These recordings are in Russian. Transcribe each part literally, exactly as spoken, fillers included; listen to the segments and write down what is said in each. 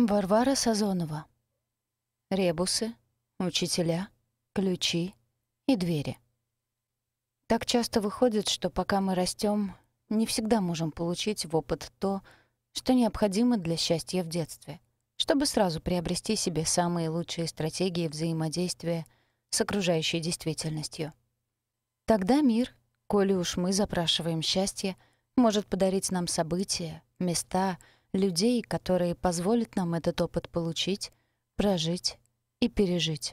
Варвара Сазонова. Ребусы, учителя, ключи и двери. Так часто выходит, что пока мы растем, не всегда можем получить в опыт то, что необходимо для счастья в детстве, чтобы сразу приобрести себе самые лучшие стратегии взаимодействия с окружающей действительностью. Тогда мир, коли уж мы запрашиваем счастье, может подарить нам события, места, людей, которые позволят нам этот опыт получить, прожить и пережить.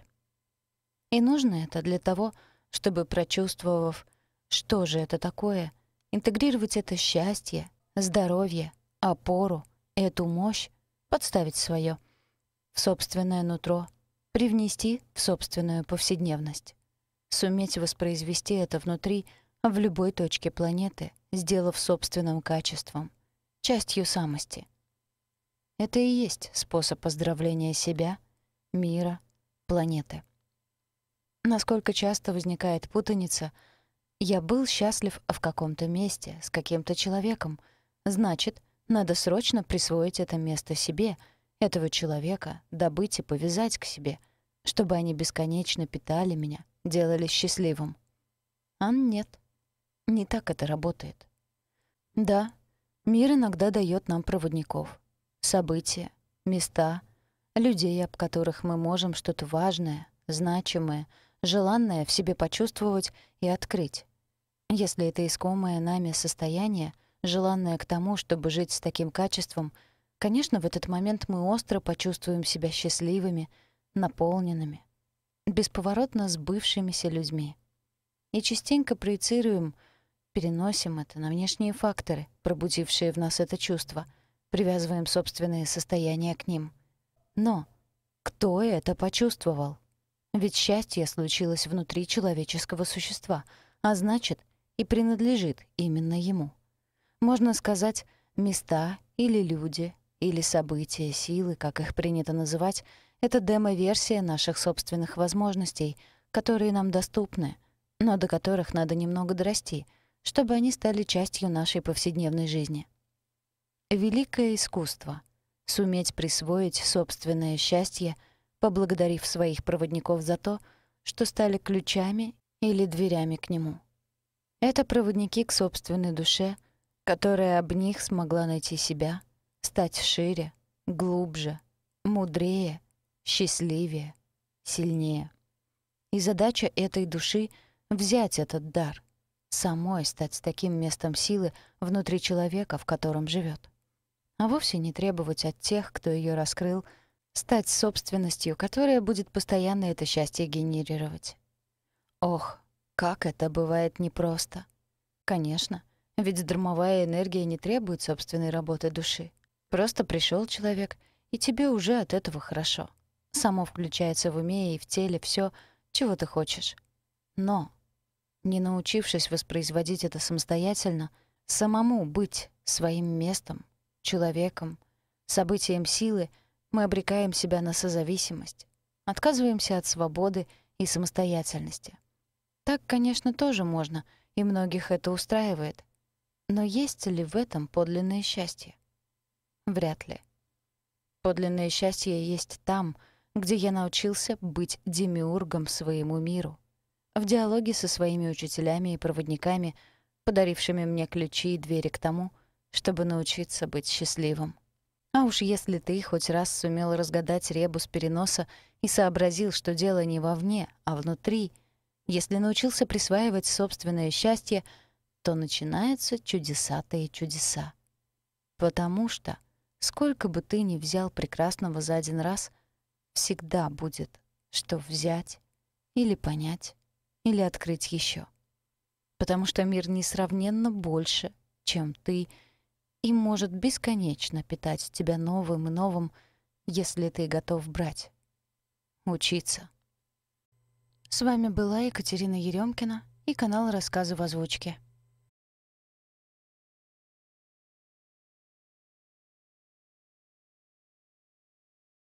И нужно это для того, чтобы, прочувствовав, что же это такое, интегрировать это счастье, здоровье, опору, эту мощь, подставить свое в собственное нутро, привнести в собственную повседневность, суметь воспроизвести это внутри, в любой точке планеты, сделав собственным качеством, частью самости. Это и есть способ оздоровления себя, мира, планеты. Насколько часто возникает путаница: «Я был счастлив в каком-то месте, с каким-то человеком, значит, надо срочно присвоить это место себе, этого человека, добыть и повязать к себе, чтобы они бесконечно питали меня, делали счастливым». А нет, не так это работает. Да, мир иногда даёт нам проводников, события, места, людей, об которых мы можем что-то важное, значимое, желанное в себе почувствовать и открыть. Если это искомое нами состояние, желанное к тому, чтобы жить с таким качеством, конечно, в этот момент мы остро почувствуем себя счастливыми, наполненными, бесповоротно сбывшимися людьми. И частенько проецируем, переносим это на внешние факторы, пробудившие в нас это чувство, привязываем собственные состояния к ним. Но кто это почувствовал? Ведь счастье случилось внутри человеческого существа, а значит, и принадлежит именно ему. Можно сказать, места или люди, или события, силы, как их принято называть, это демо-версия наших собственных возможностей, которые нам доступны, но до которых надо немного дорасти, чтобы они стали частью нашей повседневной жизни. Великое искусство — суметь присвоить собственное счастье, поблагодарив своих проводников за то, что стали ключами или дверями к нему. Это проводники к собственной душе, которая об них смогла найти себя, стать шире, глубже, мудрее, счастливее, сильнее. И задача этой души — взять этот дар, самой стать таким местом силы внутри человека, в котором живет, а вовсе не требовать от тех, кто ее раскрыл, стать собственностью, которая будет постоянно это счастье генерировать. Ох, как это бывает непросто. Конечно, ведь дармовая энергия не требует собственной работы души. Просто пришел человек, и тебе уже от этого хорошо. Само включается в уме и в теле все, чего ты хочешь. Но, не научившись воспроизводить это самостоятельно, самому быть своим местом, человеком, событием силы, мы обрекаем себя на созависимость, отказываемся от свободы и самостоятельности. Так, конечно, тоже можно, и многих это устраивает. Но есть ли в этом подлинное счастье? Вряд ли. Подлинное счастье есть там, где я научился быть демиургом своему миру, в диалоге со своими учителями и проводниками, подарившими мне ключи и двери к тому, чтобы научиться быть счастливым. А уж если ты хоть раз сумел разгадать ребус переноса и сообразил, что дело не вовне, а внутри, если научился присваивать собственное счастье, то начинаются чудесатые чудеса. Потому что, сколько бы ты ни взял прекрасного за один раз, всегда будет, что взять или понять, или открыть еще. Потому что мир несравненно больше, чем ты, и может бесконечно питать тебя новым и новым, если ты готов брать. Учиться. С вами была Екатерина Ерёмкина и канал «Рассказы в озвучке».